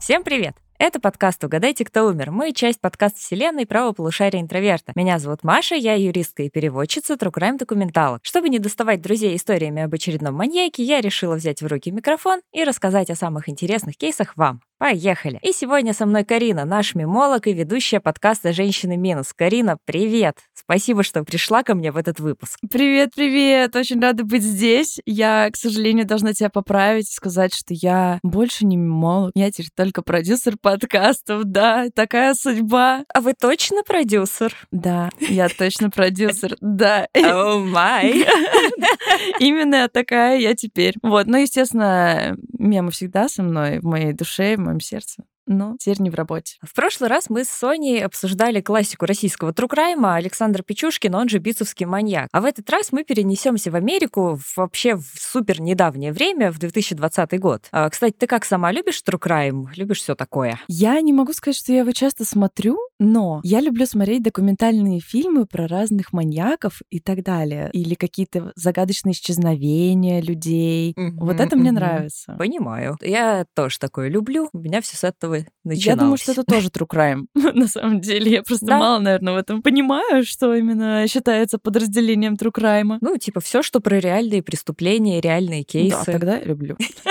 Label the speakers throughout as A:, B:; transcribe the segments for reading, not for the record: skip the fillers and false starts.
A: Всем привет! Это подкаст «Угадайте, кто умер». Мы часть подкаст-вселенной «Право полушария интроверта». Меня зовут Маша, я юристка и переводчица True Crime документалок. Чтобы не доставать друзей историями об очередном маньяке, я решила взять в руки микрофон и рассказать о самых интересных кейсах вам. Поехали! И сегодня со мной Карина, наш мемолог и ведущая подкаста «Женщины минус». Карина, привет! Спасибо, что пришла ко мне в этот выпуск.
B: Привет! Очень рада быть здесь. Я, к сожалению, должна тебя поправить и сказать, что я больше не мемолог, я теперь только продюсер подкастов. Да, такая судьба.
A: А вы точно продюсер?
B: Да, я точно продюсер. Да.
A: О май!
B: Именно такая я теперь. Вот, ну, естественно, мемы всегда со мной, в моей душе, в моем сердце. Но теперь не в работе.
A: В прошлый раз мы с Соней обсуждали классику российского true crime Александр Печушкин, он же битцевский маньяк. А в этот раз мы перенесемся в Америку вообще в супер недавнее время, в 2020 год. Кстати, ты как сама любишь true crime? Любишь все такое?
B: Я не могу сказать, что я его часто смотрю, но я люблю смотреть документальные фильмы про разных маньяков и так далее. Или какие-то загадочные исчезновения людей. Вот это мне нравится.
A: Понимаю. Я тоже такое люблю. У меня все с этого начиналось.
B: Я думаю, что это тоже true crime, на самом деле. Я просто мало, наверное, в этом понимаю, что именно считается подразделением true crime.
A: Ну, типа все, что про реальные преступления, реальные кейсы.
B: Да, тогда я люблю.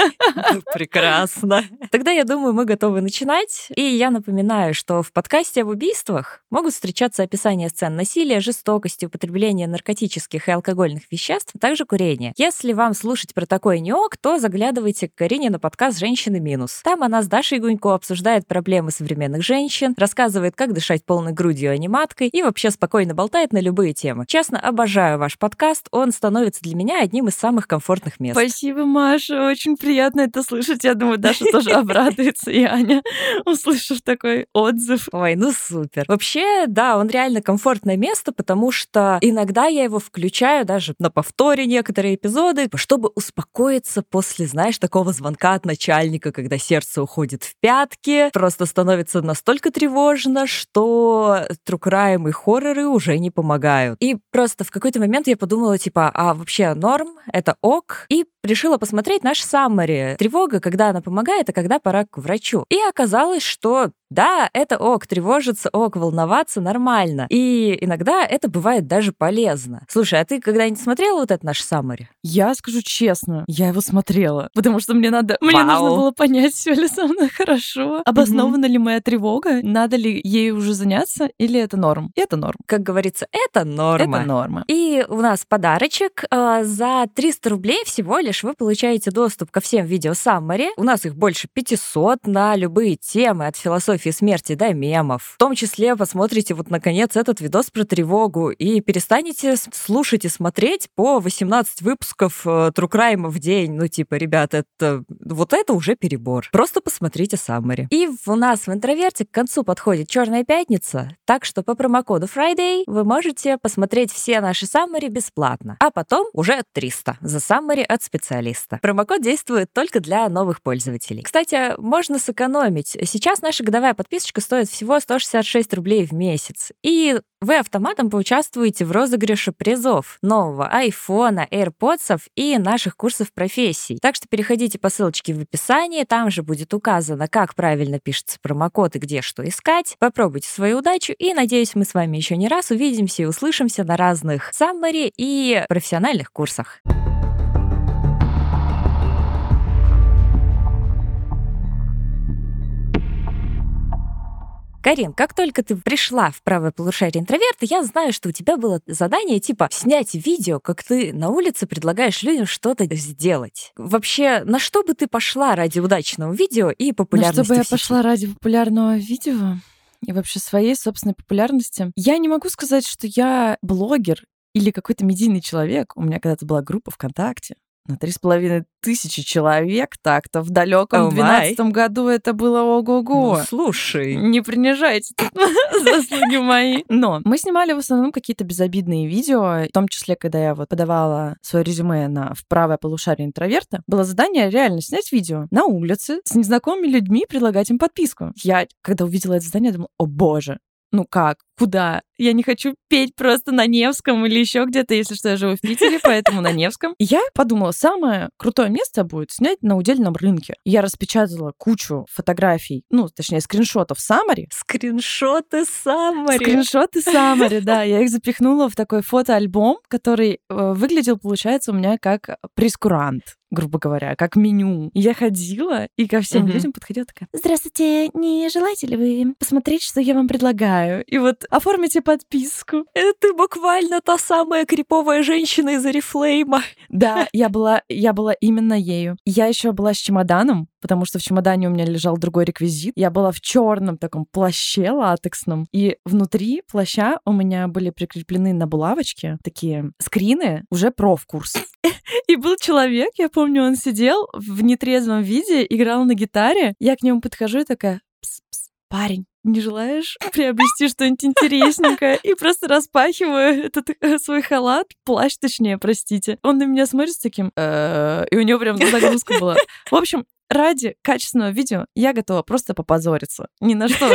A: Прекрасно. Тогда, я думаю, мы готовы начинать. И я напоминаю, что в подкасте об убийствах могут встречаться описания сцен насилия, жестокости, употребления наркотических и алкогольных веществ, а также курения. Если вам слушать про такое не ок, то заглядывайте к Карине на подкаст «Женщины минус». Там она с Дашей Гунько обсуждает проблемы современных женщин, рассказывает, как дышать полной грудью, а не маткой, и вообще спокойно болтает на любые темы. Честно, обожаю ваш подкаст, он становится для меня одним из самых комфортных мест.
B: Спасибо, Маша, очень приятно это слышать. Я думаю, Даша тоже обрадуется, и Аня, услышав такой отзыв.
A: Ой, ну супер. Вообще, да, он реально комфортное место, потому что иногда я его включаю даже на повторе некоторые эпизоды, чтобы успокоиться после, знаешь, такого звонка от начальника, когда сердце уходит в пятки, просто становится настолько тревожно, что true crime и хорроры уже не помогают. И просто в какой-то момент я подумала, типа, а вообще норм, это ок, и решила посмотреть наш саммари. Тревога, когда она помогает, а когда пора к врачу. И оказалось, что да, это ок, тревожиться ок, волноваться нормально. И иногда это бывает даже полезно. Слушай, а ты когда-нибудь смотрела вот этот наш саммари?
B: Я скажу честно, я его смотрела, потому что мне нужно было понять, все ли со мной хорошо, обоснована ли моя тревога, надо ли ей уже заняться, или это норм. И это норм.
A: Как говорится, это норма.
B: Это норма.
A: И у нас подарочек. За 300 рублей всего лишь вы получаете доступ ко всем видео саммари. У нас их больше 500 на любые темы, от философии смерти до мемов. В том числе посмотрите вот, наконец, этот видос про тревогу и перестанете слушать и смотреть по 18 выпусков true crime в день. Ну, типа, ребят, это уже перебор. Просто посмотрите саммари. И у нас в интроверте к концу подходит Черная пятница, так что по промокоду Friday вы можете посмотреть все наши саммари бесплатно, а потом уже 300 за саммари от специалиста. Промокод действует только для новых пользователей. Кстати, можно сэкономить. Сейчас наша годовая подписочка стоит всего 166 рублей в месяц. И вы автоматом поучаствуете в розыгрыше призов нового айфона, AirPods и наших курсов профессий. Так что переходите по ссылочке в описании, там же будет указано, как правильно пишется промокод и где что искать. Попробуйте свою удачу, и, надеюсь, мы с вами еще не раз увидимся и услышимся на разных саммари и профессиональных курсах. Карин, как только ты пришла в правое полушарие интроверта, я знаю, что у тебя было задание типа снять видео, как ты на улице предлагаешь людям что-то сделать. Вообще, на что бы ты пошла ради удачного видео и популярности?
B: На что бы я пошла ради популярного видео и вообще своей собственной популярности? Я не могу сказать, что я блогер или какой-то медийный человек. У меня когда-то была группа ВКонтакте на 3500 человек, так-то в далеком 2012 году это было ого-го.
A: Ну, слушай.
B: Не принижайте заслуги мои. Но мы снимали в основном какие-то безобидные видео, в том числе, когда я вот подавала свое резюме в правое полушарие интроверта, было задание реально снять видео на улице с незнакомыми людьми, предлагать им подписку. Я, когда увидела это задание, думала, о боже, ну как? куда. Я не хочу петь просто на Невском или еще где-то, если что, я живу в Питере, поэтому на Невском. И я подумала, самое крутое место будет снять на удельном рынке. Я распечатала кучу фотографий, точнее, скриншотов Самари.
A: Скриншоты Самари.
B: Скриншоты Самари, да. Я их запихнула в такой фотоальбом, который выглядел, получается, у меня как прескурант, грубо говоря, как меню. Я ходила и ко всем людям подходила такая: здравствуйте, не желаете ли вы посмотреть, что я вам предлагаю? И вот оформите подписку.
A: Это ты буквально та самая криповая женщина из Oriflame.
B: Да, я была именно ею. Я еще была с чемоданом, потому что в чемодане у меня лежал другой реквизит. Я была в черном таком плаще латексном, и внутри плаща у меня были прикреплены на булавочке такие скрины, уже профкурс. И был человек, я помню, он сидел в нетрезвом виде, играл на гитаре. Я к нему подхожу и такая: пс-пс, парень, не желаешь приобрести что-нибудь интересненькое? И просто распахиваю этот свой халат, плащ точнее, простите. Он на меня смотрит с таким... И у него прям загрузка была. В общем, ради качественного видео я готова просто попозориться. Ни на что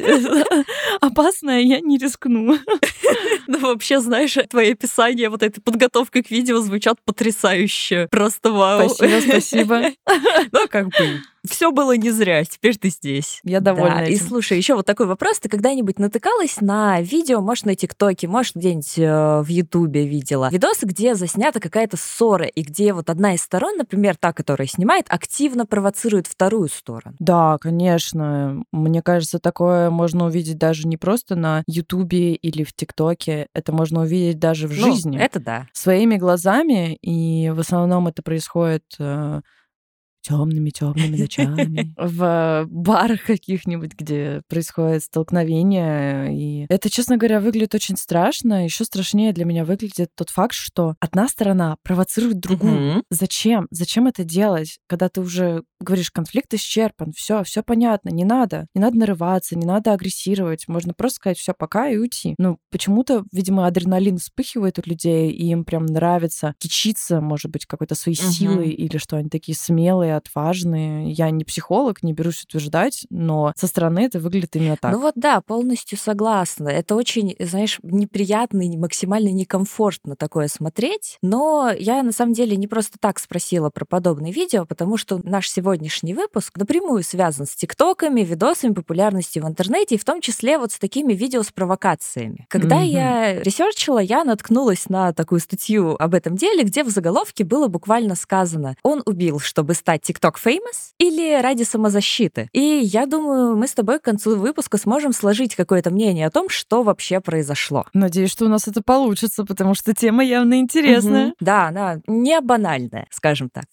B: опасное я не рискну.
A: Ну, вообще, знаешь, твои описания вот этой подготовкой к видео звучат потрясающе. Просто вау.
B: Спасибо.
A: Ну, как бы, все было не зря, теперь ты здесь.
B: Я довольна
A: этим. И слушай, еще вот такой вопрос. Ты когда-нибудь натыкалась на видео, может, на ТикТоке, может, где-нибудь в Ютубе видела видосы, где заснята какая-то ссора, и где вот одна из сторон, например, та, которая снимает, активно провоцирует вторую сторону?
B: Да, конечно. Мне кажется, такое можно увидеть даже не просто на Ютубе или в ТикТоке, это можно увидеть даже в жизни.
A: Это да.
B: Своими глазами, и в основном это происходит темными ночами в барах каких-нибудь, где происходит столкновение. И это, честно говоря, выглядит очень страшно. Еще страшнее для меня выглядит тот факт, что одна сторона провоцирует другую. Зачем? Зачем это делать, когда ты уже говоришь, конфликт исчерпан, все понятно, не надо нарываться, не надо агрессировать, можно просто сказать все пока и уйти. Почему-то, видимо, адреналин вспыхивает у людей, и им прям нравится кичиться, может быть, какой-то своей силой, или что они такие смелые, отважные. Я не психолог, не берусь утверждать, но со стороны это выглядит именно так.
A: Ну вот да, полностью согласна. Это очень, знаешь, неприятно и максимально некомфортно такое смотреть. Но я на самом деле не просто так спросила про подобные видео, потому что наш сегодняшний выпуск напрямую связан с тиктоками, видосами, популярностью в интернете, и в том числе вот с такими видео с провокациями. Когда я ресерчила, я наткнулась на такую статью об этом деле, где в заголовке было буквально сказано: он убил, чтобы стать TikTok famous или ради самозащиты. И я думаю, мы с тобой к концу выпуска сможем сложить какое-то мнение о том, что вообще произошло.
B: Надеюсь, что у нас это получится, потому что тема явно интересная.
A: Да, она не банальная, скажем так.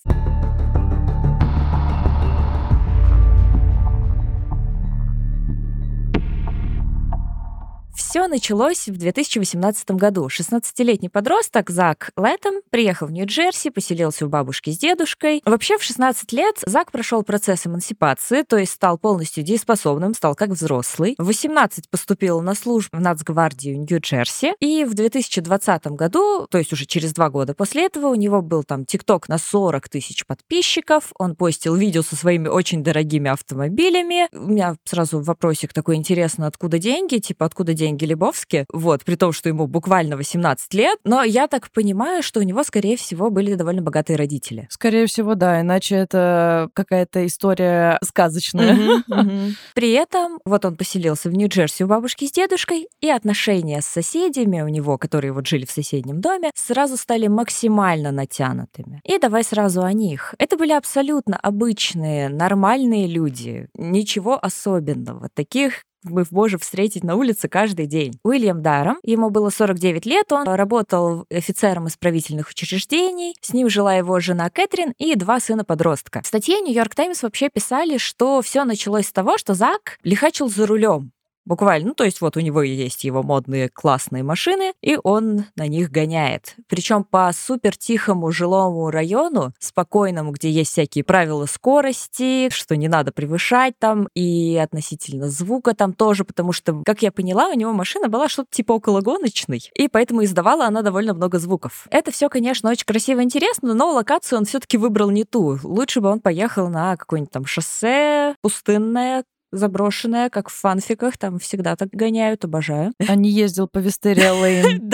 A: Все началось в 2018 году. 16-летний подросток Зак Лэттем приехал в Нью-Джерси, поселился у бабушки с дедушкой. Вообще в 16 лет Зак прошел процесс эмансипации, то есть стал полностью дееспособным, стал как взрослый. В 18 поступил на службу в Нацгвардию Нью-Джерси, и в 2020 году, то есть уже через 2 года после этого, у него был там ТикТок на 40 тысяч подписчиков, он постил видео со своими очень дорогими автомобилями. У меня сразу вопросик такой интересный: откуда деньги? Типа, откуда деньги Лебовски? Вот, при том, что ему буквально 18 лет. Но я так понимаю, что у него, скорее всего, были довольно богатые родители.
B: Скорее всего, да, иначе это какая-то история сказочная.
A: При этом вот он поселился в Нью-Джерси у бабушки с дедушкой, и отношения с соседями у него, которые вот жили в соседнем доме, сразу стали максимально натянутыми. И давай сразу о них. Это были абсолютно обычные, нормальные люди. Ничего особенного. Таких мы можем встретить на улице каждый день. Уильям Даром, ему было 49 лет, он работал офицером исправительных учреждений, с ним жила его жена Кэтрин и 2 сына-подростка. В статье Нью-Йорк Таймс вообще писали, что все началось с того, что Зак лихачил за рулем. Буквально, то есть вот у него есть его модные классные машины, и он на них гоняет. Причем по супер тихому жилому району, спокойному, где есть всякие правила скорости, что не надо превышать там, и относительно звука там тоже, потому что, как я поняла, у него машина была что-то типа окологоночной, и поэтому издавала она довольно много звуков. Это все, конечно, очень красиво и интересно, но локацию он все-таки выбрал не ту. Лучше бы он поехал на какое-нибудь там шоссе пустынное, заброшенная, как в фанфиках, там всегда так гоняют, обожаю.
B: А не ездил по Вистерия Лейн
A: Да,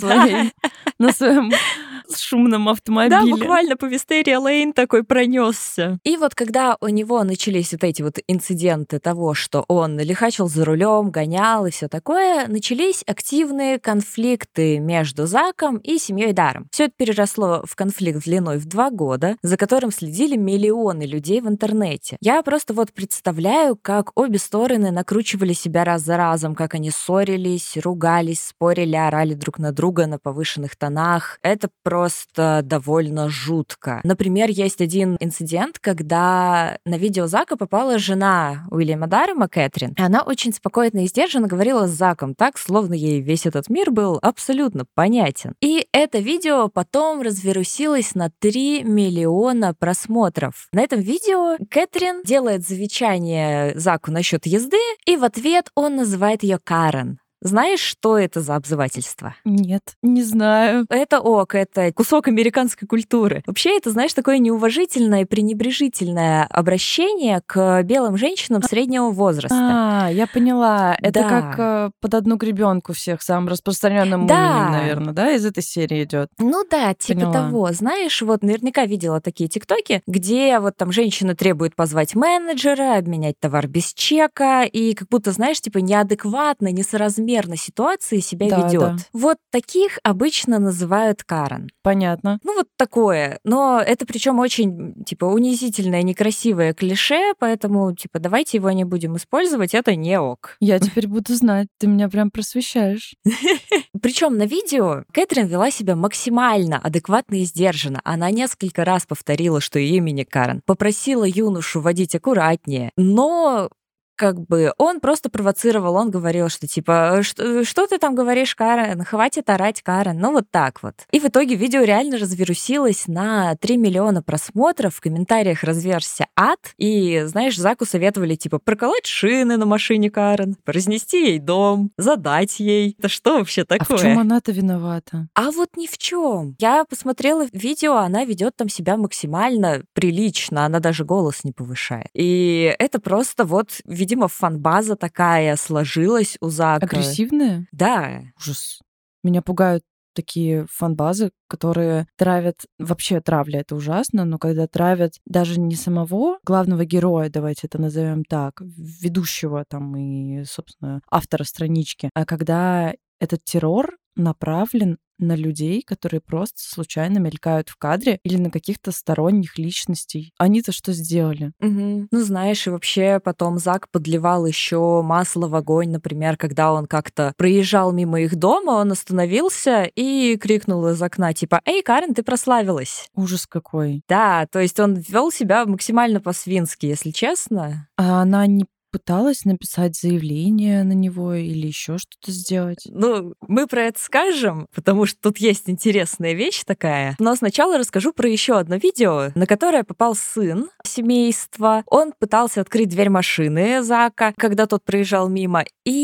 B: на своем шумном
A: да,
B: автомобиле.
A: буквально по Вистерия Лейн такой пронесся. И вот когда у него начались вот эти вот инциденты того, что он лихачил за рулем, гонял и все такое, начались активные конфликты между Заком и семьей Даром. Все это переросло в конфликт длиной в 2 года, за которым следили миллионы людей в интернете. Я просто вот представляю, как обе стороны накручивали себя раз за разом, как они ссорились, ругались, спорили, орали друг на друга на повышенных тонах. Это просто довольно жутко. Например, есть один инцидент, когда на видео Зака попала жена Уильяма Дарема, Кэтрин, и она очень спокойно и сдержанно говорила с Заком так, словно ей весь этот мир был абсолютно понятен. И это видео потом развирусилось на 3 миллиона просмотров. На этом видео Кэтрин делает замечание Заку насчет езды, и в ответ он называет ее Карен. Знаешь, что это за обзывательство?
B: Нет, не знаю.
A: Это это кусок американской культуры. Вообще, это, знаешь, такое неуважительное и пренебрежительное обращение к белым женщинам среднего возраста.
B: Я поняла. Это
A: Да.
B: как под одну гребенку всех, самым распространенным именем, наверное, да, из этой серии идет.
A: Ну да, типа
B: Поняла.
A: того. Знаешь, вот наверняка видела такие тиктоки, где вот там женщина требует позвать менеджера, обменять товар без чека, и как будто, знаешь, типа неадекватно, несоразмерно ситуации себя
B: Да,
A: ведет.
B: да.
A: Вот таких обычно называют Карен.
B: Понятно.
A: Ну вот такое. Но это причем очень, типа, унизительное, некрасивое клише, поэтому, типа, давайте его не будем использовать, это не ок.
B: Я теперь буду знать. Ты меня прям просвещаешь.
A: Причем на видео Кэтрин вела себя максимально адекватно и сдержанно. Она несколько раз повторила, что ее имя не Карен. Попросила юношу водить аккуратнее. Но как бы он просто провоцировал, он говорил, что типа, что ты там говоришь, Карен, хватит орать, Карен, ну вот так вот. И в итоге видео реально развирусилось на 3 миллиона просмотров, в комментариях разверзся ад, и, знаешь, Заку советовали типа проколоть шины на машине Карен, разнести ей дом, задать ей. Это что вообще
B: А
A: такое?
B: в чем она-то виновата?
A: А вот ни в чем. Я посмотрела видео, она ведет там себя максимально прилично, она даже голос не повышает. И это просто вот, видимо, фан-база такая сложилась у Зака.
B: Агрессивная?
A: Да.
B: Ужас. Меня пугают такие фан-базы, которые травят... Вообще травля — это ужасно, но когда травят даже не самого главного героя, давайте это назовем так, ведущего там и, собственно, автора странички, а когда этот террор направлен на людей, которые просто случайно мелькают в кадре или на каких-то сторонних личностей. Они-то что сделали?
A: Мгм. Ну, знаешь, и вообще потом Зак подливал еще масло в огонь, например, когда он как-то проезжал мимо их дома, он остановился и крикнул из окна, типа, «Эй, Карен, ты прославилась!»
B: Ужас какой.
A: Да, то есть он вел себя максимально по-свински, если честно.
B: А она не пыталась написать заявление на него или еще что-то сделать?
A: Ну, мы про это скажем, потому что тут есть интересная вещь такая. Но сначала расскажу про еще одно видео, на которое попал сын семейства. Он пытался открыть дверь машины Зака, когда тот проезжал мимо,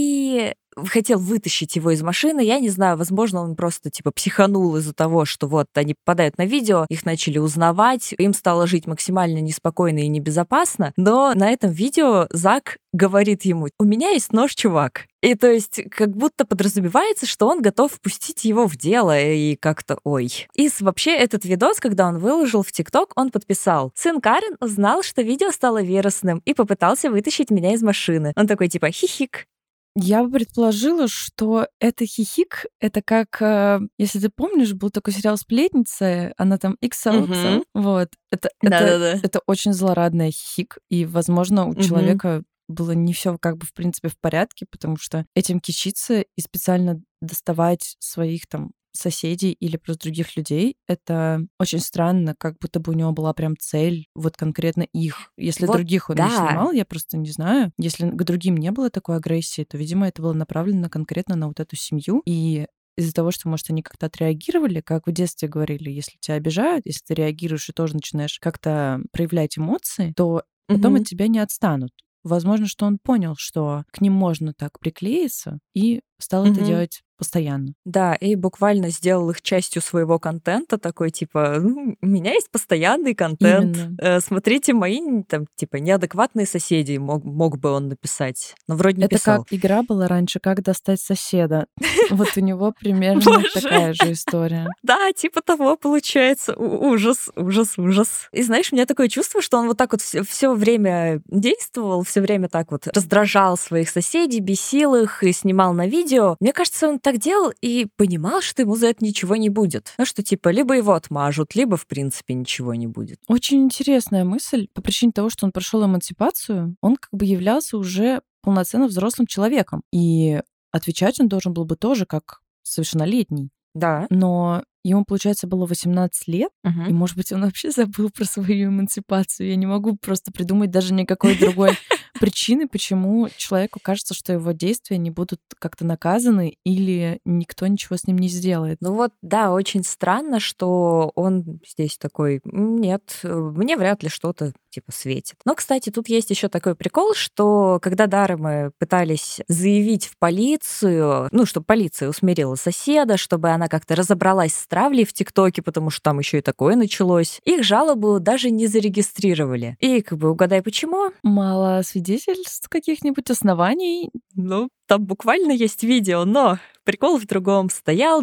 A: и хотел вытащить его из машины. Я не знаю, возможно, он просто типа психанул из-за того, что вот они попадают на видео, их начали узнавать, им стало жить максимально неспокойно и небезопасно. Но на этом видео Зак говорит ему: «У меня есть нож, чувак». И то есть как будто подразумевается, что он готов впустить его в дело, и как-то ой. И вообще этот видос, когда он выложил в ТикТок, он подписал: «Сын Карен узнал, что видео стало вирусным и попытался вытащить меня из машины». Он такой типа хихик.
B: Я бы предположила, что это хихик, это как, если ты помнишь, был такой сериал «Сплетница», она там XOXO, вот.
A: Да-да-да.
B: Это очень злорадная хихик, и, возможно, у человека было не все как бы в принципе в порядке, потому что этим кичиться и специально доставать своих там соседей или просто других людей, это очень странно, как будто бы у него была прям цель вот конкретно их. Если
A: Вот
B: других он не
A: да.
B: снимал, я просто не знаю. Если к другим не было такой агрессии, то, видимо, это было направлено конкретно на вот эту семью. И из-за того, что, может, они как-то отреагировали, как в детстве говорили, если тебя обижают, если ты реагируешь и тоже начинаешь как-то проявлять эмоции, то потом от тебя не отстанут. Возможно, что он понял, что к ним можно так приклеиться и стал это делать постоянно.
A: Да, и буквально сделал их частью своего контента, такой типа: у меня есть постоянный контент,
B: Именно.
A: смотрите мои там типа неадекватные соседи, мог бы он написать, но вроде не
B: Это как
A: писал.
B: игра была раньше «Как достать соседа». Вот у него примерно
A: Боже.
B: такая же история.
A: Да, типа того получается. Ужас, ужас, ужас. И знаешь, у меня такое чувство, что он вот так вот все время действовал, все время так вот раздражал своих соседей, бесил их и снимал на видео. Мне кажется, он так делал и понимал, что ему за это ничего не будет. Ну, что типа либо его отмажут, либо в принципе ничего не будет.
B: Очень интересная мысль. По причине того, что он прошел эмансипацию, он как бы являлся уже полноценно взрослым человеком. И отвечать он должен был бы тоже как совершеннолетний.
A: Да.
B: Но ему, получается, было 18 лет, и, может быть, он вообще забыл про свою эмансипацию. Я не могу просто придумать даже никакой другой причины, почему человеку кажется, что его действия не будут как-то наказаны или никто ничего с ним не сделает.
A: Ну вот, да, очень странно, что он здесь такой: нет, мне вряд ли что-то типа светит. Но, кстати, тут есть еще такой прикол, что когда Даремы пытались заявить в полицию, ну, чтобы полиция усмирила соседа, чтобы она как-то разобралась с травлей в ТикТоке, потому что там еще и такое началось, их жалобу даже не зарегистрировали. И как бы угадай почему?
B: Мало свидетельств каких-нибудь оснований.
A: Ну, там буквально есть видео, но прикол в другом. Стоял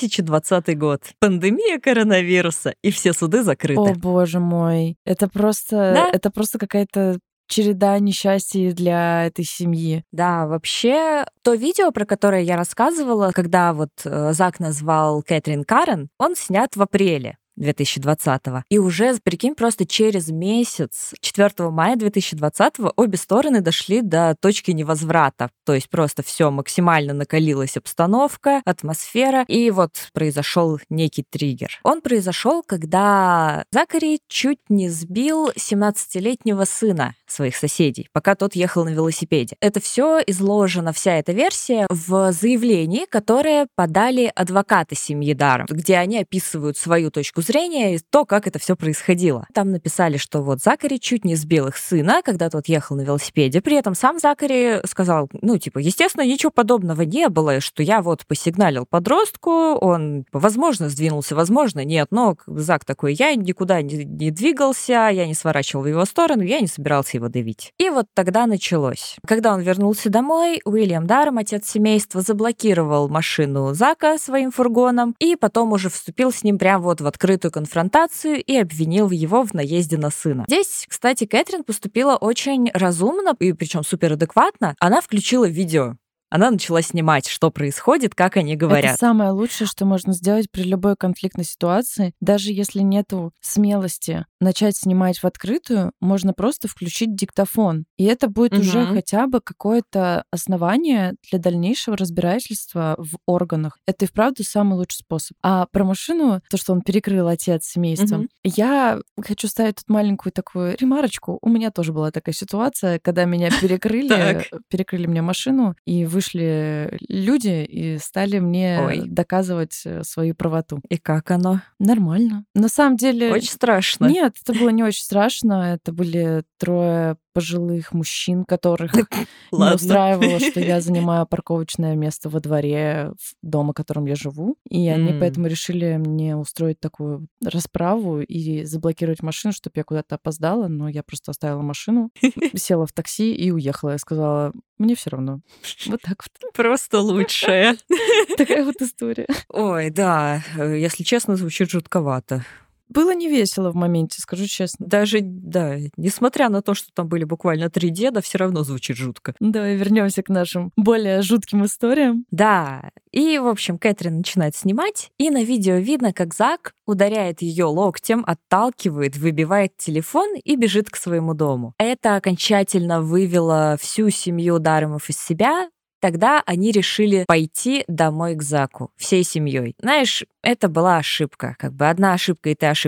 A: 2020 год. Пандемия коронавируса, и все суды закрыты.
B: О, боже мой. Это просто какая-то череда несчастий для этой семьи.
A: Да, вообще, то видео, про которое я рассказывала, когда вот Зак назвал Кэтрин Карен, он снят в апреле 2020-го. И уже, прикинь, просто через месяц, 4 мая 2020-го, обе стороны дошли до точки невозврата. То есть просто все максимально накалилась обстановка, атмосфера, и вот произошел некий триггер. Он произошел, когда Закари чуть не сбил 17-летнего сына своих соседей, пока тот ехал на велосипеде. Это все изложено, вся эта версия, в заявлении, которое подали адвокаты семьи Дарем, где они описывают свою точку зрения и то, как это все происходило. Там написали, что вот Закари чуть не сбил их сына, когда тот ехал на велосипеде. При этом сам Закари сказал, ну, типа, естественно, ничего подобного не было, что я вот посигналил подростку, он, возможно, сдвинулся, возможно, нет, но Зак такой, я никуда не двигался, я не сворачивал в его сторону, я не собирался его давить. И вот тогда началось. Когда он вернулся домой, Уильям Дарем, отец семейства, заблокировал машину Зака своим фургоном и потом уже вступил с ним прямо вот в открытую конфронтацию и обвинил его в наезде на сына. Здесь, кстати, Кэтрин поступила очень разумно и причем суперадекватно. Она включила видео. Она начала снимать, что происходит, как они говорят.
B: Это самое лучшее, что можно сделать при любой конфликтной ситуации. Даже если нету смелости начать снимать в открытую, можно просто включить диктофон. И это будет уже хотя бы какое-то основание для дальнейшего разбирательства в органах. Это и вправду самый лучший способ. А про машину, то, что он перекрыл отец семейства, я хочу ставить тут маленькую такую ремарочку. У меня тоже была такая ситуация, когда меня перекрыли мне машину, и вышли люди и стали мне доказывать свою правоту.
A: И как оно?
B: Нормально. На самом деле...
A: Очень страшно.
B: Нет, это было не очень страшно. Это были 3 пожилых мужчин, которых не устраивало, что я занимаю парковочное место во дворе дома, в котором я живу. И они поэтому решили мне устроить такую расправу и заблокировать машину, чтобы я куда-то опоздала. Но я просто оставила машину, села в такси и уехала. Я сказала, мне все равно. Вот так вот.
A: Просто лучшая.
B: Такая вот история.
A: Ой, да, если честно, звучит жутковато.
B: Было не весело в моменте, скажу честно.
A: Даже, да, несмотря на то, что там были буквально 3 деда, все равно звучит жутко.
B: Давай вернемся к нашим более жутким историям.
A: Да, и, в общем, Кэтрин начинает снимать, и на видео видно, как Зак ударяет ее локтем, отталкивает, выбивает телефон и бежит к своему дому. Это окончательно вывело всю семью Даремов из себя. Тогда они решили пойти домой к Заку всей семьей. Знаешь, это была ошибка. Как бы одна ошибка, и ты ошибся.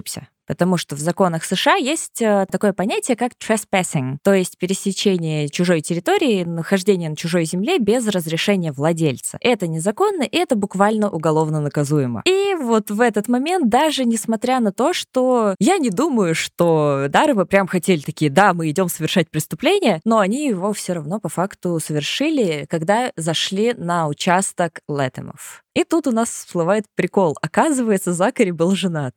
A: потому что в законах США есть такое понятие, как trespassing, то есть пересечение чужой территории, нахождение на чужой земле без разрешения владельца. Это незаконно, и это буквально уголовно наказуемо. И вот в этот момент, даже несмотря на то, что я не думаю, что Даремы прям хотели такие, да, мы идем совершать преступление, но они его все равно по факту совершили, когда зашли на участок Лэттемов. И тут у нас всплывает прикол. Оказывается, Закари был женат.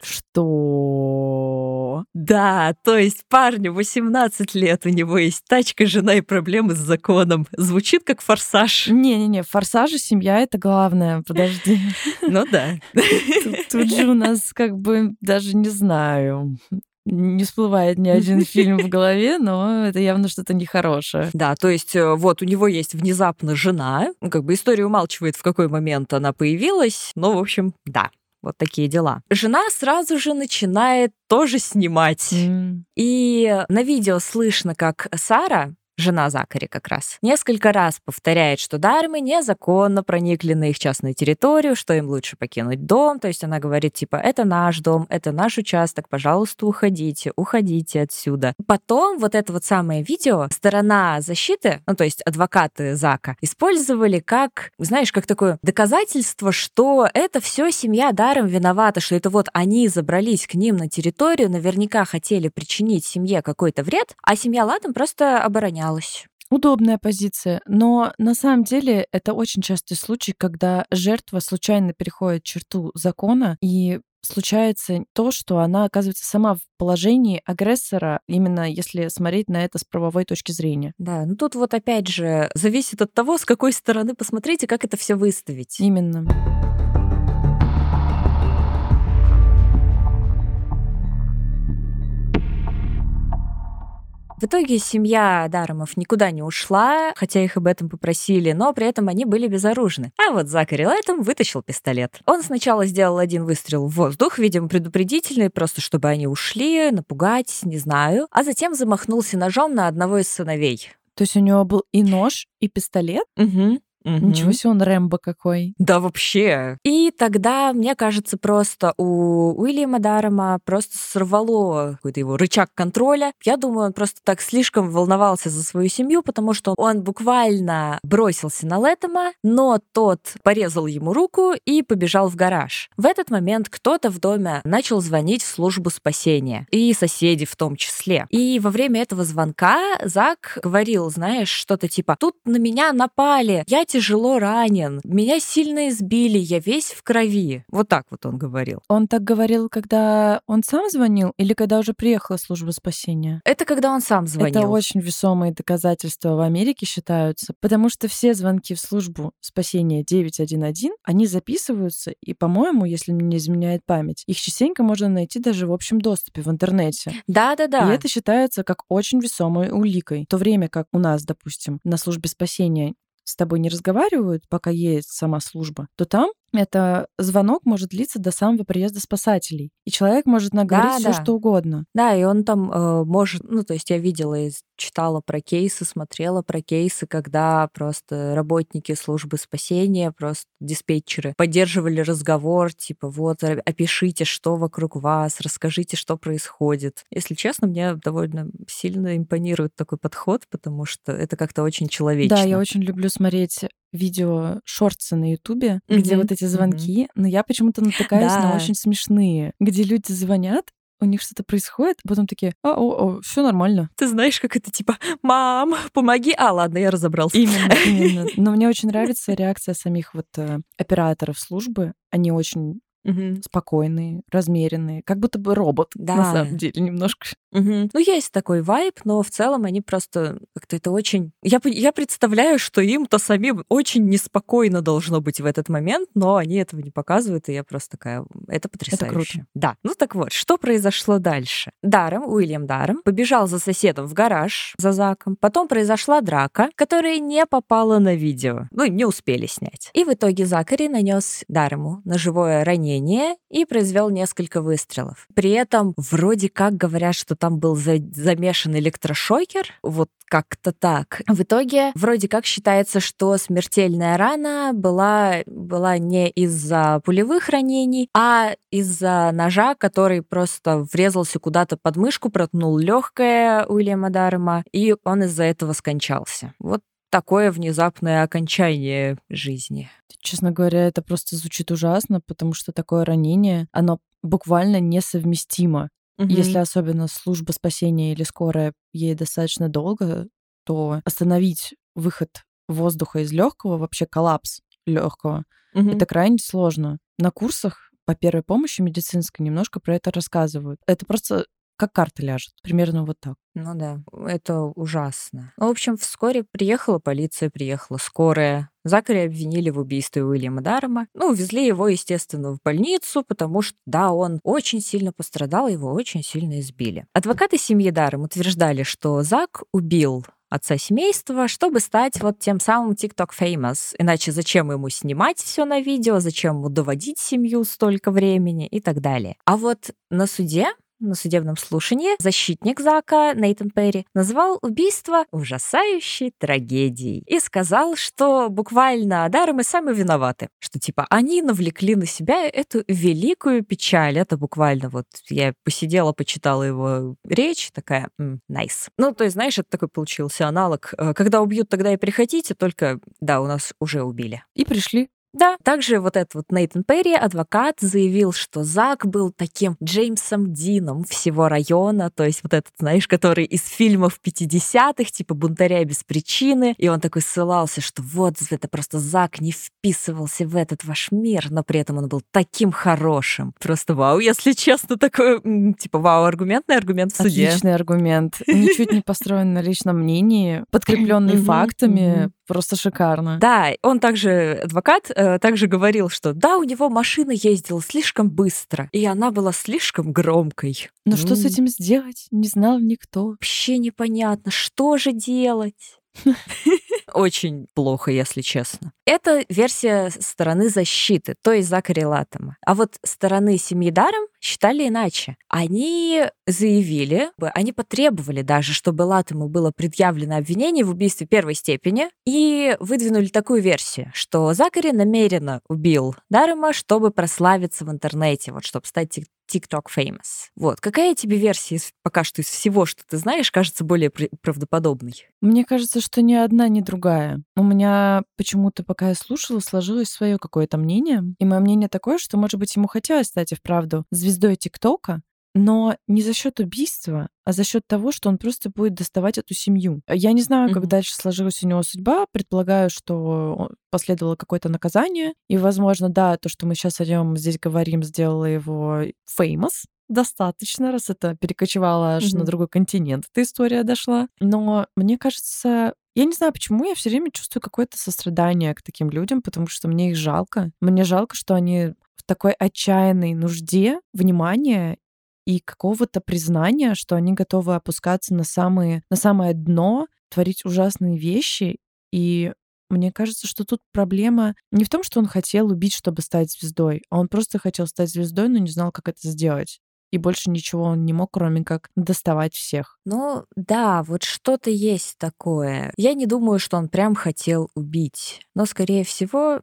B: Что?
A: Да, то есть парню 18 лет, у него есть тачка, жена и проблемы с законом. Звучит как «Форсаж».
B: Не-не-не, в «Форсаже» семья — это главное, подожди.
A: Ну да.
B: Тут же у нас как бы даже не знаю... Не всплывает ни один фильм в голове, но это явно что-то нехорошее.
A: Да, то есть вот у него есть внезапно жена, как бы история умалчивает, в какой момент она появилась, но, в общем, да. Вот такие дела. Жена сразу же начинает тоже снимать. И на видео слышно, как Сара, жена Закари как раз, несколько раз повторяет, что Даремы незаконно проникли на их частную территорию, что им лучше покинуть дом. То есть она говорит, типа, это наш дом, это наш участок, пожалуйста, уходите отсюда. Потом вот это вот самое видео сторона защиты, ну, то есть адвокаты Зака, использовали как, знаешь, как такое доказательство, что это все семья Дарем виновата, что это вот они забрались к ним на территорию, наверняка хотели причинить семье какой-то вред, а семья Латтем просто оборонялась.
B: Удобная позиция, но на самом деле это очень частый случай, когда жертва случайно переходит черту закона, и случается то, что она оказывается сама в положении агрессора, именно если смотреть на это с правовой точки зрения.
A: Да, ну тут вот опять же зависит от того, с какой стороны посмотреть и как это все выставить.
B: Именно.
A: В итоге семья Даремов никуда не ушла, хотя их об этом попросили, но при этом они были безоружны. А вот Закари Лэттем вытащил пистолет. Он сначала сделал один выстрел в воздух, видимо, предупредительный, просто чтобы они ушли, напугать, не знаю, а затем замахнулся ножом на одного из сыновей.
B: То есть у него был и нож, и пистолет?
A: Угу.
B: Ничего себе, он Рэмбо какой.
A: Да, вообще. И тогда, мне кажется, просто у Уильяма Дарема просто сорвало какой-то его рычаг контроля. Я думаю, он просто так слишком волновался за свою семью, потому что он буквально бросился на Лэттема, но тот порезал ему руку и побежал в гараж. В этот момент кто-то в доме начал звонить в службу спасения, и соседи в том числе. И во время этого звонка Зак говорил, знаешь, что-то типа «Тут на меня напали, я тяжело ранен, меня сильно избили, я весь в крови». Вот так вот он говорил.
B: Он так говорил, когда он сам звонил или когда уже приехала служба спасения?
A: Это когда он сам звонил.
B: Это очень весомые доказательства в Америке считаются, потому что все звонки в службу спасения 911, они записываются, и, по-моему, если мне не изменяет память, их частенько можно найти даже в общем доступе в интернете.
A: Да-да-да.
B: И это считается как очень весомой уликой. В то время как у нас, допустим, на службе спасения с тобой не разговаривают, пока едет сама служба, то там это звонок может длиться до самого приезда спасателей. И человек может наговорить все, что угодно.
A: Да, и он там может... Ну, то есть я видела и читала про кейсы, смотрела про кейсы, когда просто работники службы спасения, просто диспетчеры поддерживали разговор, типа, вот, опишите, что вокруг вас, расскажите, что происходит. Если честно, мне довольно сильно импонирует такой подход, потому что это как-то очень человечно.
B: Да, я очень люблю смотреть видео шортсы на Ютубе, где вот эти звонки, но я почему-то натыкаюсь на очень смешные, где люди звонят, у них что-то происходит, а потом такие, все нормально.
A: Ты знаешь, как это типа, мам, помоги. Ладно, я разобрался.
B: Именно. Но мне очень нравится реакция самих вот операторов службы. Они очень спокойные, размеренные, как будто бы робот, на самом деле, немножко.
A: Ну, есть такой вайб, но в целом они просто как-то это очень... Я представляю, что им-то самим очень неспокойно должно быть в этот момент, но они этого не показывают, и я просто такая... Это потрясающе.
B: Это круто.
A: Да. Ну так вот, что произошло дальше? Уильям Дарем побежал за соседом в гараж, за Заком. Потом произошла драка, которая не попала на видео. Ну, не успели снять. И в итоге Закари нанес Дарему ножевое ранение ранение и произвел несколько выстрелов. При этом вроде как говорят, что там был замешан электрошокер, вот как-то так. В итоге вроде как считается, что смертельная рана была не из-за пулевых ранений, а из-за ножа, который просто врезался куда-то под мышку, проткнул легкое Уильяма Дарема, и он из-за этого скончался. Вот такое внезапное окончание жизни.
B: Честно говоря, это просто звучит ужасно, потому что такое ранение, оно буквально несовместимо. Если особенно служба спасения или скорая ей достаточно долго, то остановить выход воздуха из легкого, вообще коллапс легкого, это крайне сложно. На курсах по первой помощи медицинской немножко про это рассказывают. Это просто как карта ляжет. Примерно вот так.
A: Ну да, это ужасно. В общем, вскоре приехала полиция, приехала скорая. Закари обвинили в убийстве Уильяма Дарема. Увезли его, естественно, в больницу, потому что, да, он очень сильно пострадал, его очень сильно избили. Адвокаты семьи Дарем утверждали, что Зак убил отца семейства, чтобы стать вот тем самым TikTok famous. Иначе зачем ему снимать все на видео, зачем ему доводить семью столько времени и так далее. А вот на судебном слушании защитник Зака, Нейтан Перри, назвал убийство ужасающей трагедией и сказал, что буквально Даремы сами виноваты, что типа они навлекли на себя эту великую печаль. Это буквально вот я посидела, почитала его речь, такая, найс. То есть, знаешь, это такой получился аналог. Когда убьют, тогда и приходите, только, да, у нас уже убили.
B: И пришли.
A: Да, также вот этот вот Нейтан Перри, адвокат, заявил, что Зак был таким Джеймсом Дином всего района, то есть вот этот, знаешь, который из фильмов 50-х, типа «Бунтаря без причины», и он такой ссылался, что вот это просто Зак не вписывался в этот ваш мир, но при этом он был таким хорошим. Просто вау, если честно, такой, типа вау, аргументный аргумент в суде.
B: Отличный аргумент. Ничуть не построен на личном мнении, подкрепленный фактами. Просто шикарно.
A: Да, он также, адвокат, также говорил, что да, у него машина ездила слишком быстро, и она была слишком громкой.
B: Но что с этим сделать, не знал никто.
A: Вообще непонятно, что же делать. Очень плохо, если честно. Это версия стороны защиты, то есть Закари Латтема. А вот стороны семьи Дарем считали иначе. Они заявили, они потребовали даже, чтобы Латтему было предъявлено обвинение в убийстве первой степени, и выдвинули такую версию, что Закари намеренно убил Дарема, чтобы прославиться в интернете, вот чтобы стать TikTok famous. Вот. Какая тебе версия пока что из всего, что ты знаешь, кажется более правдоподобной?
B: Мне кажется, что ни одна, ни другая. У меня почему-то, пока я слушала, сложилось свое какое-то мнение. И мое мнение такое, что, может быть, ему хотелось стать и вправду звездой ТикТока, но не за счет убийства, а за счет того, что он просто будет доставать эту семью. Я не знаю, как дальше сложилась у него судьба. Предполагаю, что последовало какое-то наказание. И, возможно, да, то, что мы сейчас о нем здесь говорим, сделало его famous достаточно, раз это перекочевало аж на другой континент. Эта история дошла. Но мне кажется, я не знаю, почему я все время чувствую какое-то сострадание к таким людям, потому что мне их жалко. Мне жалко, что они в такой отчаянной нужде внимания и какого-то признания, что они готовы опускаться на самое дно, творить ужасные вещи. И мне кажется, что тут проблема не в том, что он хотел убить, чтобы стать звездой, а он просто хотел стать звездой, но не знал, как это сделать. И больше ничего он не мог, кроме как доставать всех.
A: Да, вот что-то есть такое. Я не думаю, что он прям хотел убить. Но, скорее всего,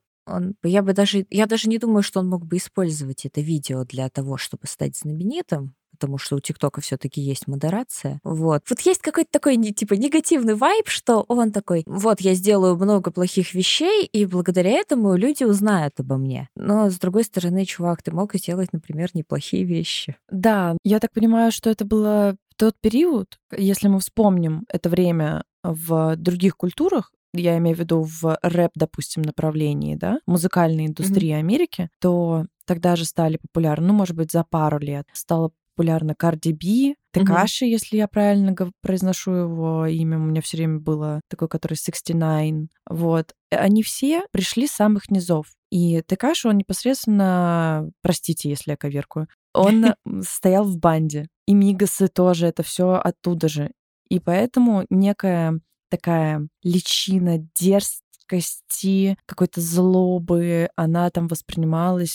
A: я даже не думаю, что он мог бы использовать это видео для того, чтобы стать знаменитым, потому что у ТикТока все-таки есть модерация. Вот есть какой-то такой типа негативный вайб, что он такой: вот я сделаю много плохих вещей, и благодаря этому люди узнают обо мне. Но с другой стороны, чувак, ты мог сделать, например, неплохие вещи.
B: Да, я так понимаю, что это было в тот период, если мы вспомним это время в других культурах, я имею в виду в рэп, допустим, направлении, да, музыкальной индустрии Америки, то тогда же стали популярны, может быть, за пару лет стала популярна Cardi B, Текаши, если я правильно произношу его имя, у меня все время было такой, который 69. Вот. Они все пришли с самых низов. И Текаши, он непосредственно, простите, если я коверкую, он стоял в банде. И Мигасы тоже, это все оттуда же. И поэтому некая такая личина дерзкости, какой-то злобы, она там воспринималась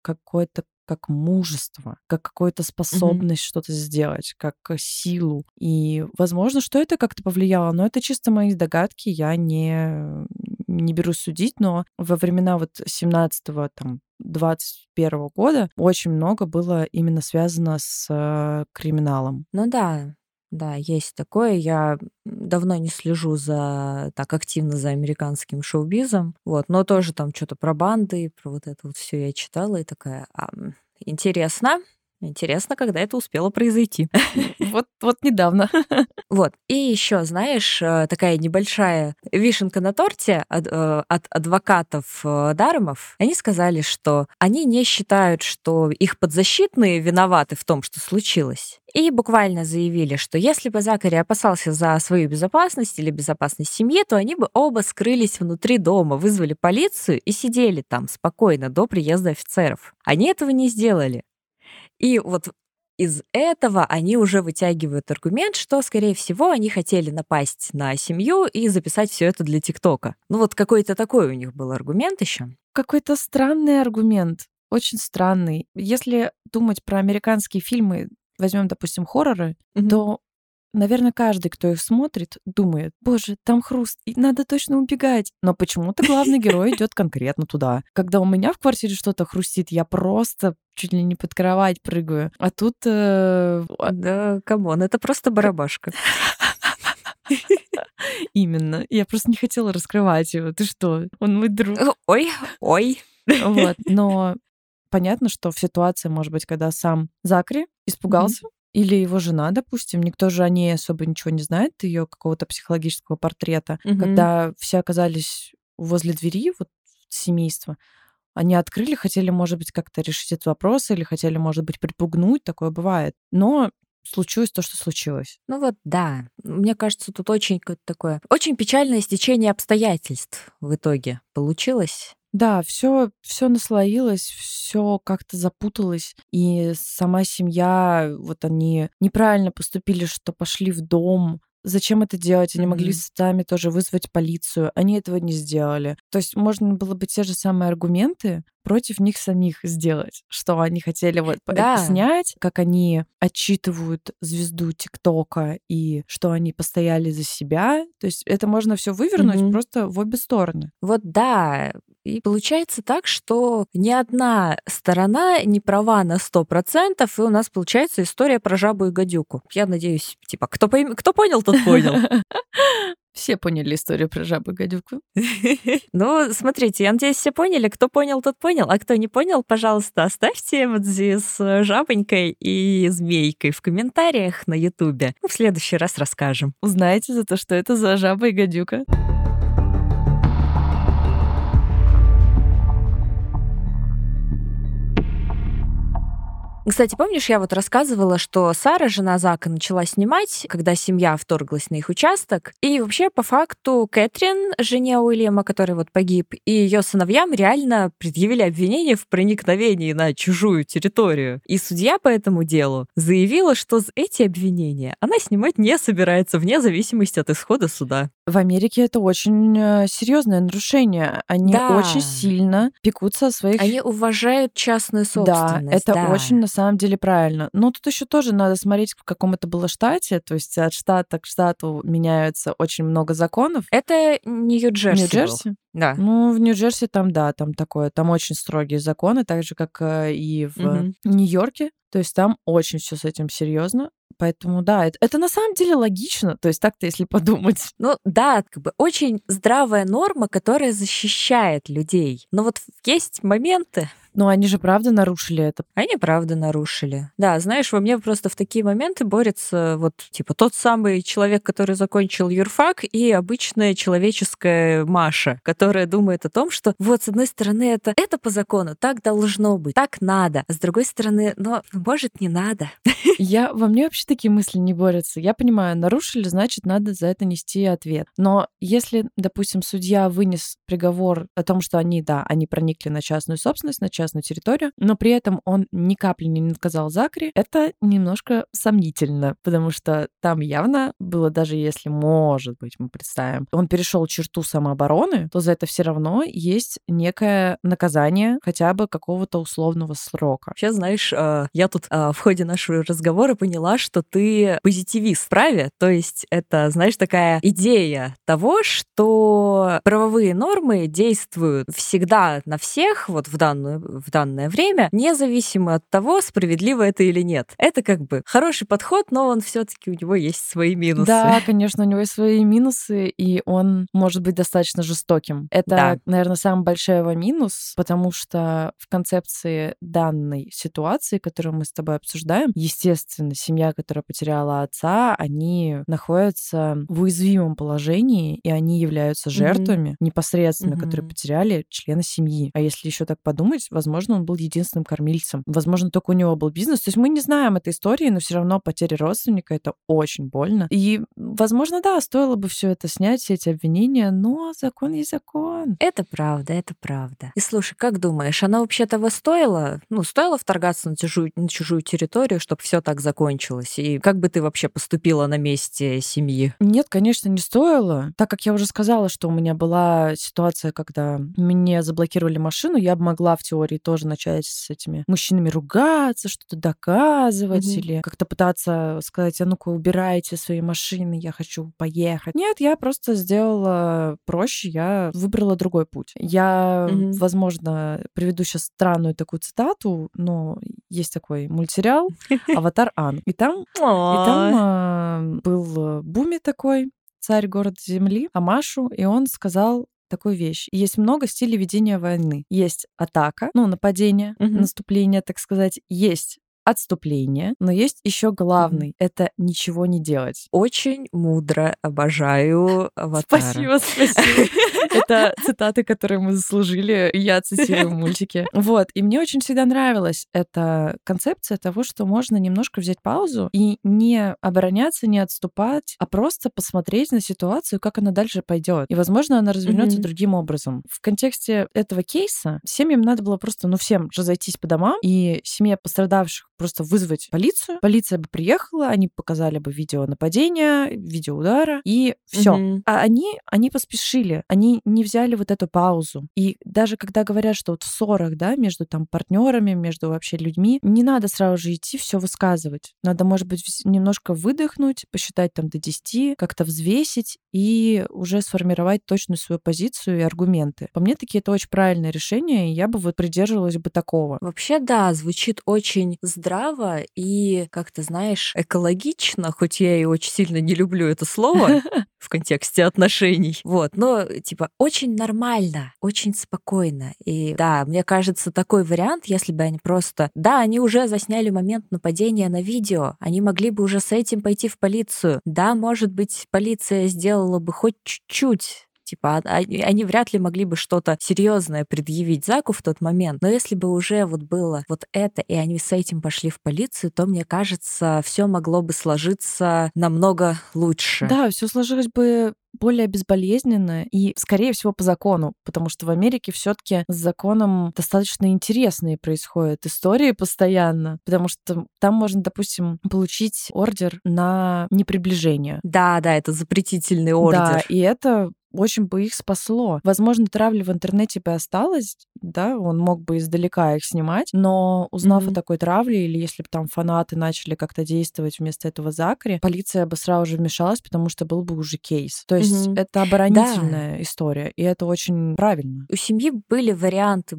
B: какое-то как мужество, как какую-то способность что-то сделать, как силу. И, возможно, что это как-то повлияло, но это чисто мои догадки, я не берусь судить, но во времена вот 17-го, там, 21-го года очень много было именно связано с криминалом.
A: Ну да, да, есть такое. Я давно не слежу так активно за американским шоу-бизом, вот, но тоже там что-то про банды, про вот это вот все я читала и такая, интересно, интересно, когда это успело произойти.
B: Вот недавно.
A: Вот. И еще, знаешь, такая небольшая вишенка на торте от адвокатов Даремов. Они сказали, что они не считают, что их подзащитные виноваты в том, что случилось. И буквально заявили, что если бы Закари опасался за свою безопасность или безопасность семьи, то они бы оба скрылись внутри дома, вызвали полицию и сидели там спокойно до приезда офицеров. Они этого не сделали. И вот из этого они уже вытягивают аргумент, что, скорее всего, они хотели напасть на семью и записать все это для ТикТока. Ну вот какой-то такой у них был аргумент еще.
B: Какой-то странный аргумент, очень странный. Если думать про американские фильмы, возьмем, допустим, хорроры, то, наверное, каждый, кто их смотрит, думает: боже, там хруст, и надо точно убегать. Но почему-то главный герой идет конкретно туда. Когда у меня в квартире что-то хрустит, я просто чуть ли не под кровать прыгаю. А тут...
A: Да, камон, это просто барабашка.
B: Именно. Я просто не хотела раскрывать его. Ты что? Он мой друг.
A: Ой.
B: Вот. Но понятно, что в ситуации, может быть, когда сам Закари испугался, или его жена, допустим, никто же о ней особо ничего не знает, ее какого-то психологического портрета. Когда все оказались возле двери, вот семейства, они открыли, хотели, может быть, как-то решить этот вопрос, или хотели, может быть, припугнуть, такое бывает. Но случилось то, что случилось.
A: Ну вот да. Мне кажется, тут очень какое-то такое... Очень печальное стечение обстоятельств в итоге получилось.
B: Да, все наслоилось, все как-то запуталось, и сама семья, вот они неправильно поступили, что пошли в дом. Зачем это делать? Они могли сами тоже вызвать полицию. Они этого не сделали. То есть можно было бы те же самые аргументы против них самих сделать, что они хотели вот это снять, как они отчитывают звезду ТикТока и что они постояли за себя. То есть это можно все вывернуть просто в обе стороны.
A: Вот да. И получается так, что ни одна сторона не права на 100%, и у нас получается история про жабу и гадюку. Я надеюсь, типа, кто понял, тот понял.
B: Все поняли историю про жабу и гадюку.
A: Ну, смотрите, я надеюсь, все поняли. Кто понял, тот понял. А кто не понял, пожалуйста, оставьте эмодзи с жабонькой и змейкой в комментариях на Ютубе. В следующий раз расскажем.
B: Узнаете за то, что это за жаба и гадюка.
A: Кстати, помнишь, я вот рассказывала, что Сара, жена Зака, начала снимать, когда семья вторглась на их участок. И вообще, по факту, Кэтрин, жене Уильяма, который вот погиб, и ее сыновьям реально предъявили обвинение в проникновении на чужую территорию. И судья по этому делу заявила, что эти обвинения она снимать не собирается, вне зависимости от исхода суда.
B: В Америке это очень серьезное нарушение. Они очень сильно пекутся о своих...
A: Они уважают частную собственность.
B: Да, это очень на самом деле правильно. Но тут еще тоже надо смотреть, в каком это было штате. То есть от штата к штату меняются очень много законов.
A: Это Нью-Джерси.
B: Нью-Джерси?
A: Был. Да.
B: Ну, в Нью-Джерси там такое, там очень строгие законы, так же, как и в Нью-Йорке. То есть там очень все с этим серьезно. Поэтому, да, это на самом деле логично. То есть так-то, если подумать.
A: Ну, да, как бы очень здравая норма, которая защищает людей. Но вот есть моменты...
B: Но они же правда нарушили это.
A: Они правда нарушили. Да, знаешь, во мне просто в такие моменты борется вот, типа, тот самый человек, который закончил юрфак, и обычная человеческая Маша, которая думает о том, что вот, с одной стороны, это по закону, так должно быть, так надо. А с другой стороны, может, не надо.
B: Во мне вообще такие мысли не борются. Я понимаю, нарушили, значит, надо за это нести ответ. Но если, допустим, судья вынес приговор о том, что они проникли на частную собственность, на частную частную территорию, но при этом он ни капли не наказал Закари, это немножко сомнительно, потому что там явно было, даже если, может быть, мы представим, он перешел черту самообороны, то за это все равно есть некое наказание, хотя бы какого-то условного срока.
A: Сейчас, знаешь, я тут в ходе нашего разговора поняла, что ты позитивист в праве, то есть это, знаешь, такая идея того, что правовые нормы действуют всегда на всех вот в данное время, независимо от того, справедливо это или нет. Это как бы хороший подход, но он все-таки у него есть свои минусы.
B: Да, конечно, у него есть свои минусы, и он может быть достаточно жестоким. Это,
A: Да.
B: наверное, самый большой его минус, потому что в концепции данной ситуации, которую мы с тобой обсуждаем, естественно, семья, которая потеряла отца, они находятся в уязвимом положении, и они являются жертвами непосредственно, которые потеряли члена семьи. А если еще так подумать, возможно, он был единственным кормильцем. Возможно, только у него был бизнес. То есть мы не знаем этой истории, но все равно потеря родственника — это очень больно. И, возможно, да, стоило бы все это снять, все эти обвинения, но закон есть закон.
A: Это правда, это правда. И слушай, как думаешь, она вообще того стоила? Ну, стоило вторгаться на чужую территорию, чтобы все так закончилось? И как бы ты вообще поступила на месте семьи?
B: Нет, конечно, не стоило. Так как я уже сказала, что у меня была ситуация, когда мне заблокировали машину, я бы могла в теории тоже начать с этими мужчинами ругаться, что-то доказывать или как-то пытаться сказать: а ну-ка, убирайте свои машины, я хочу поехать. Нет, я просто сделала проще, я выбрала другой путь. Я, возможно, приведу сейчас странную такую цитату, но есть такой мультсериал «Аватар Анг». И там был Буми такой, царь города Земли, Амашу, и он сказал такую вещь. Есть много стилей ведения войны. Есть атака, нападение, наступление, так сказать. Есть отступление, но есть еще главный — это ничего не делать.
A: Очень мудро, обожаю «Аватара».
B: Спасибо. Это цитаты, которые мы заслужили. Я цитирую в мультике. Вот. И мне очень всегда нравилась эта концепция того, что можно немножко взять паузу и не обороняться, не отступать, а просто посмотреть на ситуацию, как она дальше пойдет. И, возможно, она развернется другим образом. В контексте этого кейса семьям надо было просто, всем разойтись по домам, и семье пострадавших просто вызвать полицию. Полиция бы приехала, они показали бы видео нападения, видео удара, и все. А они поспешили, они не взяли вот эту паузу. И даже когда говорят, что вот в ссорах, да, между там партнерами, между вообще людьми, не надо сразу же идти все высказывать. Надо, может быть, немножко выдохнуть, посчитать там до 10, как-то взвесить и уже сформировать точную свою позицию и аргументы. По мне, таки это очень правильное решение, и я бы вот придерживалась бы такого.
A: Вообще, да, звучит очень здраво и, как ты знаешь, экологично, хоть я и очень сильно не люблю это слово в контексте отношений. Вот, но типа очень нормально, очень спокойно. И да, мне кажется, такой вариант, если бы они просто... Да, они уже засняли момент нападения на видео, они могли бы уже с этим пойти в полицию. Да, может быть, полиция сделала бы хоть чуть-чуть. Типа, они вряд ли могли бы что-то серьезное предъявить Заку в тот момент. Но если бы уже вот было вот это, и они с этим пошли в полицию, то, мне кажется, все могло бы сложиться намного лучше.
B: Да, все сложилось бы более безболезненно и, скорее всего, по закону, потому что в Америке все-таки с законом достаточно интересные происходят истории постоянно, потому что там можно, допустим, получить ордер на неприближение.
A: Да, это запретительный ордер.
B: Да, и это очень бы их спасло. Возможно, травля в интернете бы осталась, да, он мог бы издалека их снимать, но узнав о такой травле, или если бы там фанаты начали как-то действовать вместо этого Закари, полиция бы сразу же вмешалась, потому что был бы уже кейс. То есть это оборонительная история, и это очень правильно.
A: У семьи были варианты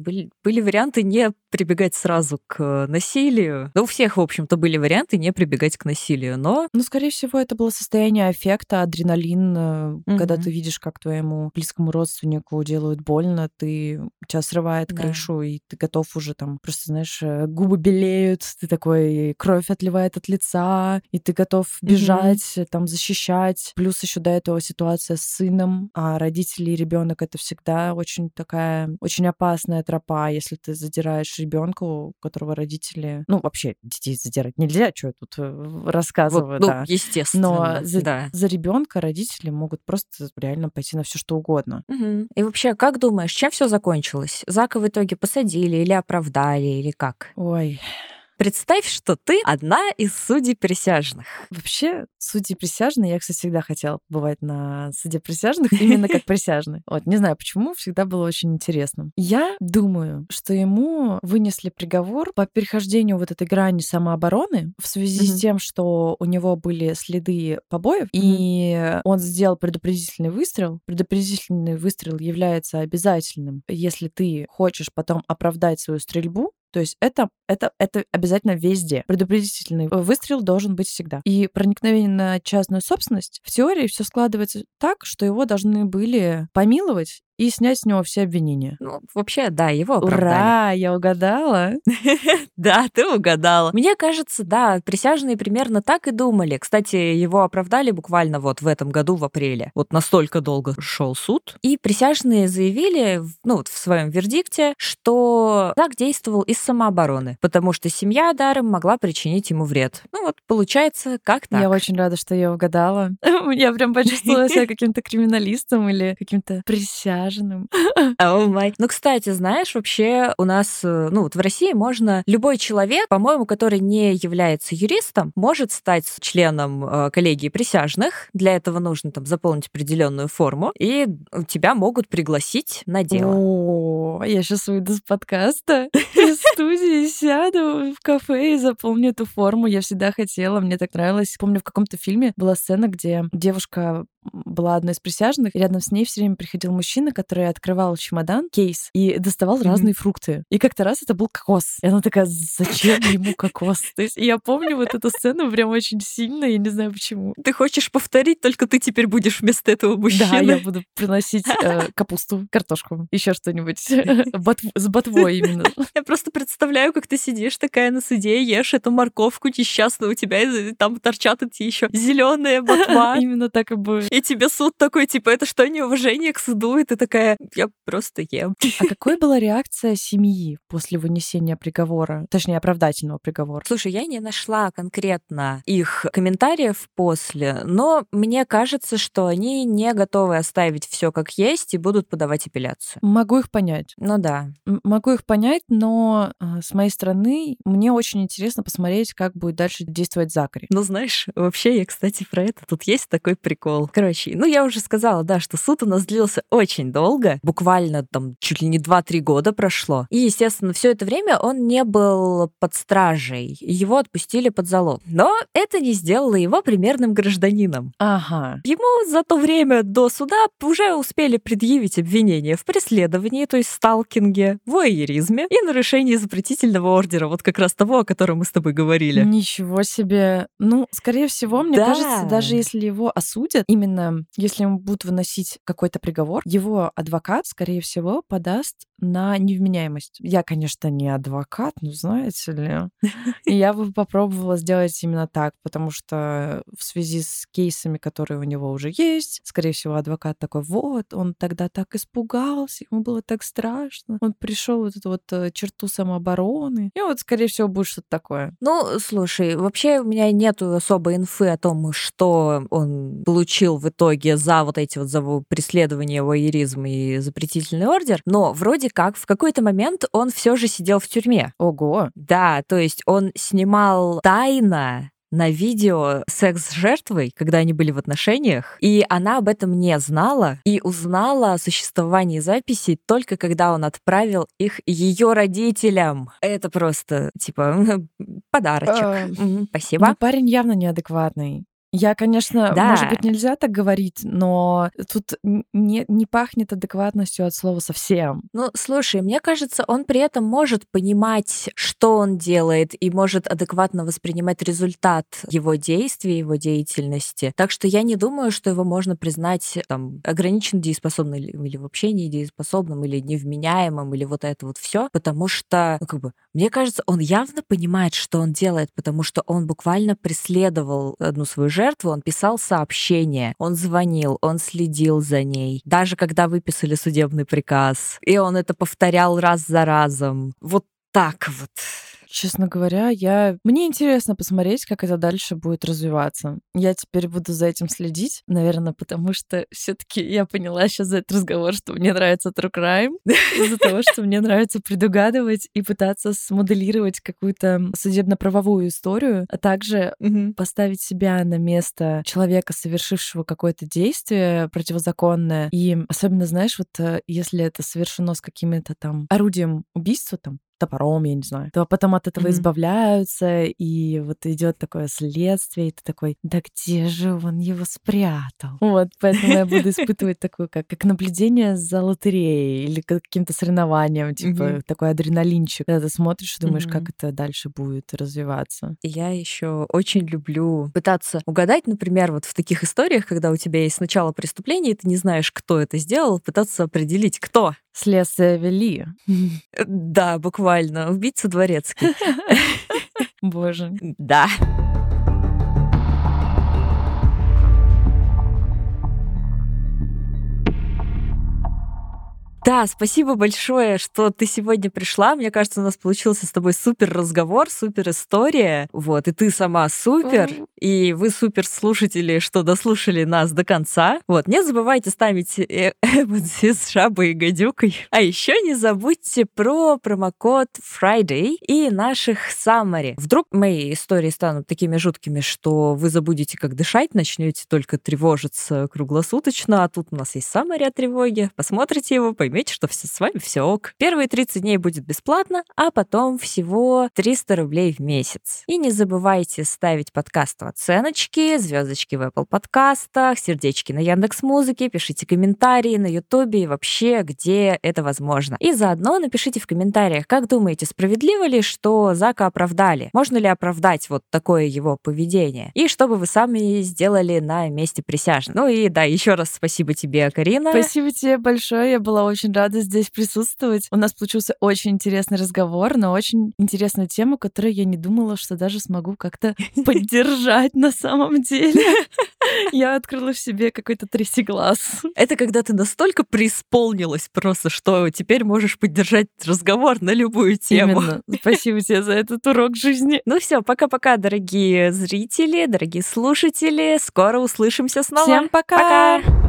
A: не прибегать сразу к насилию. Да у всех, в общем-то, были варианты не прибегать к насилию, но...
B: скорее всего, это было состояние аффекта, адреналин, когда ты видишь, как твоему близкому родственнику делают больно, тебя срывает крышу, и ты готов уже там, просто, знаешь, губы белеют, ты такой, кровь отливает от лица, и ты готов бежать, там, защищать. Плюс еще до этого ситуация с сыном, а родители и ребенок — это всегда очень такая, очень опасная тропа, если ты задираешь ребенка, у которого родители... вообще, детей задирать нельзя, что я тут рассказываю,
A: естественно.
B: Но за ребенка родители могут просто реально пойти на все что угодно.
A: Мгм. И вообще, как думаешь, чем все закончилось? Зака в итоге посадили или оправдали, или как?
B: Ой,
A: Представь, что ты одна из судей присяжных.
B: вообще, судьи присяжные, я, кстати, всегда хотела побывать на суде присяжных именно как присяжный. Вот, не знаю почему, всегда было очень интересно. Я думаю, что ему вынесли приговор по перехождению вот этой грани самообороны в связи с
A: Мгм.
B: тем, что у него были следы побоев,
A: Мгм.
B: и он сделал предупредительный выстрел. Предупредительный выстрел является обязательным, если ты хочешь потом оправдать свою стрельбу. То есть это обязательно везде. Предупредительный выстрел должен быть всегда. И проникновение на частную собственность, в теории все складывается так, что его должны были помиловать и снять с него все обвинения.
A: Ну, вообще, да, его оправдали.
B: Ура, я угадала.
A: Да, ты угадала. Мне кажется, да, присяжные примерно так и думали. Кстати, его оправдали буквально вот в этом году, в апреле. Вот настолько долго шел суд. И присяжные заявили, ну вот в своем вердикте, что Зак действовал из самообороны, потому что семья даром могла причинить ему вред. Ну вот, получается, как
B: Я
A: так.
B: очень рада, что я угадала. Я прям почувствовала себя каким-то криминалистом или каким-то присяжным.
A: О май. Ну, кстати, знаешь, вообще у нас, ну, вот в России можно любой человек, по-моему, который не является юристом, может стать членом коллегии присяжных. Для этого нужно там заполнить определенную форму, и тебя могут пригласить на дело.
B: О, я сейчас выйду с подкаста, из студии сяду в кафе и заполню эту форму. Я всегда хотела, мне так нравилось. Помню, в каком-то фильме была сцена, где девушка была одной из присяжных, и рядом с ней все время приходил мужчина, который открывал чемодан, кейс, и доставал разные фрукты. И как-то раз это был кокос. И она такая, зачем ему кокос? То есть я помню вот эту сцену прям очень сильно, я не знаю почему.
A: Ты хочешь повторить, только ты теперь будешь вместо этого мужчины.
B: Да, я буду приносить капусту, картошку, еще что-нибудь. С ботвой именно.
A: Я просто представляю, как ты сидишь такая на суде, ешь эту морковку несчастную, у тебя там торчат эти еще зеленые ботва.
B: Именно так и будет.
A: И тебе суд такой, типа, это что, неуважение к суду? И ты такая, я просто ем.
B: А какой была реакция семьи после вынесения приговора, точнее, оправдательного приговора?
A: Слушай, я не нашла конкретно их комментариев после, но мне кажется, что они не готовы оставить все как есть и будут подавать апелляцию.
B: Могу их понять.
A: Ну да.
B: Могу их понять, но с моей стороны мне очень интересно посмотреть, как будет дальше действовать Закари.
A: Ну, знаешь, вообще, я, кстати, про это, тут есть такой прикол. Короче, ну, я уже сказала, да, что суд у нас длился очень долго, буквально там чуть ли не 2-3 года прошло. И, естественно, все это время он не был под стражей, его отпустили под залог. Но это не сделало его примерным гражданином.
B: Ага.
A: Ему за то время до суда уже успели предъявить обвинения в преследовании, то есть сталкинге, воеризме и нарушении запретительного ордера, вот как раз того, о котором мы с тобой говорили.
B: Ничего себе. Ну, скорее всего, мне
A: Да.
B: кажется, даже если его осудят, именно если ему будут выносить какой-то приговор, его адвокат, скорее всего, подаст на невменяемость. Я, конечно, не адвокат, но знаете ли, и я бы попробовала сделать именно так, потому что в связи с кейсами, которые у него уже есть, скорее всего, адвокат такой, вот, он тогда так испугался, ему было так страшно, он пришел вот эту вот черту самообороны, и вот, скорее всего, будет что-то такое.
A: Ну, слушай, вообще у меня нету особой инфы о том, что он получил в итоге за вот эти вот за преследование, воеризм и запретительный ордер, но вроде как в какой-то момент он все же сидел в тюрьме.
B: Ого.
A: Да, то есть он снимал тайно на видео секс с жертвой, когда они были в отношениях, и она об этом не знала, и узнала о существовании записей только когда он отправил их ее родителям. Это просто, типа, подарочек. Спасибо.
B: Ну, парень явно неадекватный. Я, конечно,
A: Да.
B: может быть, нельзя так говорить, но тут не пахнет адекватностью от слова совсем.
A: Ну, слушай, мне кажется, он при этом может понимать, что он делает, и может адекватно воспринимать результат его действий, его деятельности. Так что я не думаю, что его можно признать там ограниченно дееспособным или вообще недееспособным, или невменяемым, или вот это вот все, потому что, ну, как бы, мне кажется, он явно понимает, что он делает, потому что он буквально преследовал одну свою жертву, он писал сообщения, он звонил, он следил за ней, даже когда выписали судебный приказ. И он это повторял раз за разом. Вот так вот.
B: Честно говоря, мне интересно посмотреть, как это дальше будет развиваться. Я теперь буду за этим следить, наверное, потому что все-таки я поняла сейчас за этот разговор, что мне нравится true crime, из-за того, что мне нравится предугадывать и пытаться смоделировать какую-то судебно-правовую историю, а также поставить себя на место человека, совершившего какое-то действие противозаконное. И особенно, знаешь, вот если это совершено с каким-то там орудием убийства, там, топором, я не знаю, то потом от этого избавляются, и вот идет такое следствие, и ты такой, да где же он его спрятал? Вот, поэтому я буду испытывать такое, как наблюдение за лотереей или каким-то соревнованием, типа такой адреналинчик. Когда ты смотришь и думаешь, как это дальше будет развиваться.
A: Я еще очень люблю пытаться угадать, например, вот в таких историях, когда у тебя есть начало преступления, и ты не знаешь, кто это сделал, пытаться определить, кто.
B: Следствие вели.
A: Да, буквально. Убийца Дворецкий.
B: Боже.
A: Да. Да, спасибо большое, что ты сегодня пришла. Мне кажется, у нас получился с тобой супер разговор, супер история. Вот, и ты сама супер, и вы супер слушатели, что дослушали нас до конца. Вот, не забывайте ставить эмодзи с жабой и гадюкой. А еще не забудьте про промокод Friday и наших summary. Вдруг мои истории станут такими жуткими, что вы забудете, как дышать, начнете только тревожиться круглосуточно, а тут у нас есть summary о тревоге. Посмотрите его, поймете, что с вами все ок. Первые 30 дней будет бесплатно, а потом всего 300 рублей в месяц. И не забывайте ставить подкасту оценочки, звездочки в Apple подкастах, сердечки на Яндекс.Музыке, пишите комментарии на Ютубе и вообще, где это возможно. И заодно напишите в комментариях, как думаете, справедливо ли, что Зака оправдали? Можно ли оправдать вот такое его поведение? И что бы вы сами сделали на месте присяжных? Ну и да, еще раз спасибо тебе, Карина.
B: Спасибо тебе большое, я была очень рада здесь присутствовать. У нас получился очень интересный разговор на очень интересную тему, которую я не думала, что даже смогу как-то поддержать на самом деле. Я открыла в себе какой-то третий глаз.
A: Это когда ты настолько преисполнилась просто, что теперь можешь поддержать разговор на любую тему.
B: Именно. Спасибо тебе за этот урок жизни.
A: Ну все, пока-пока, дорогие зрители, дорогие слушатели. Скоро услышимся снова.
B: Всем пока!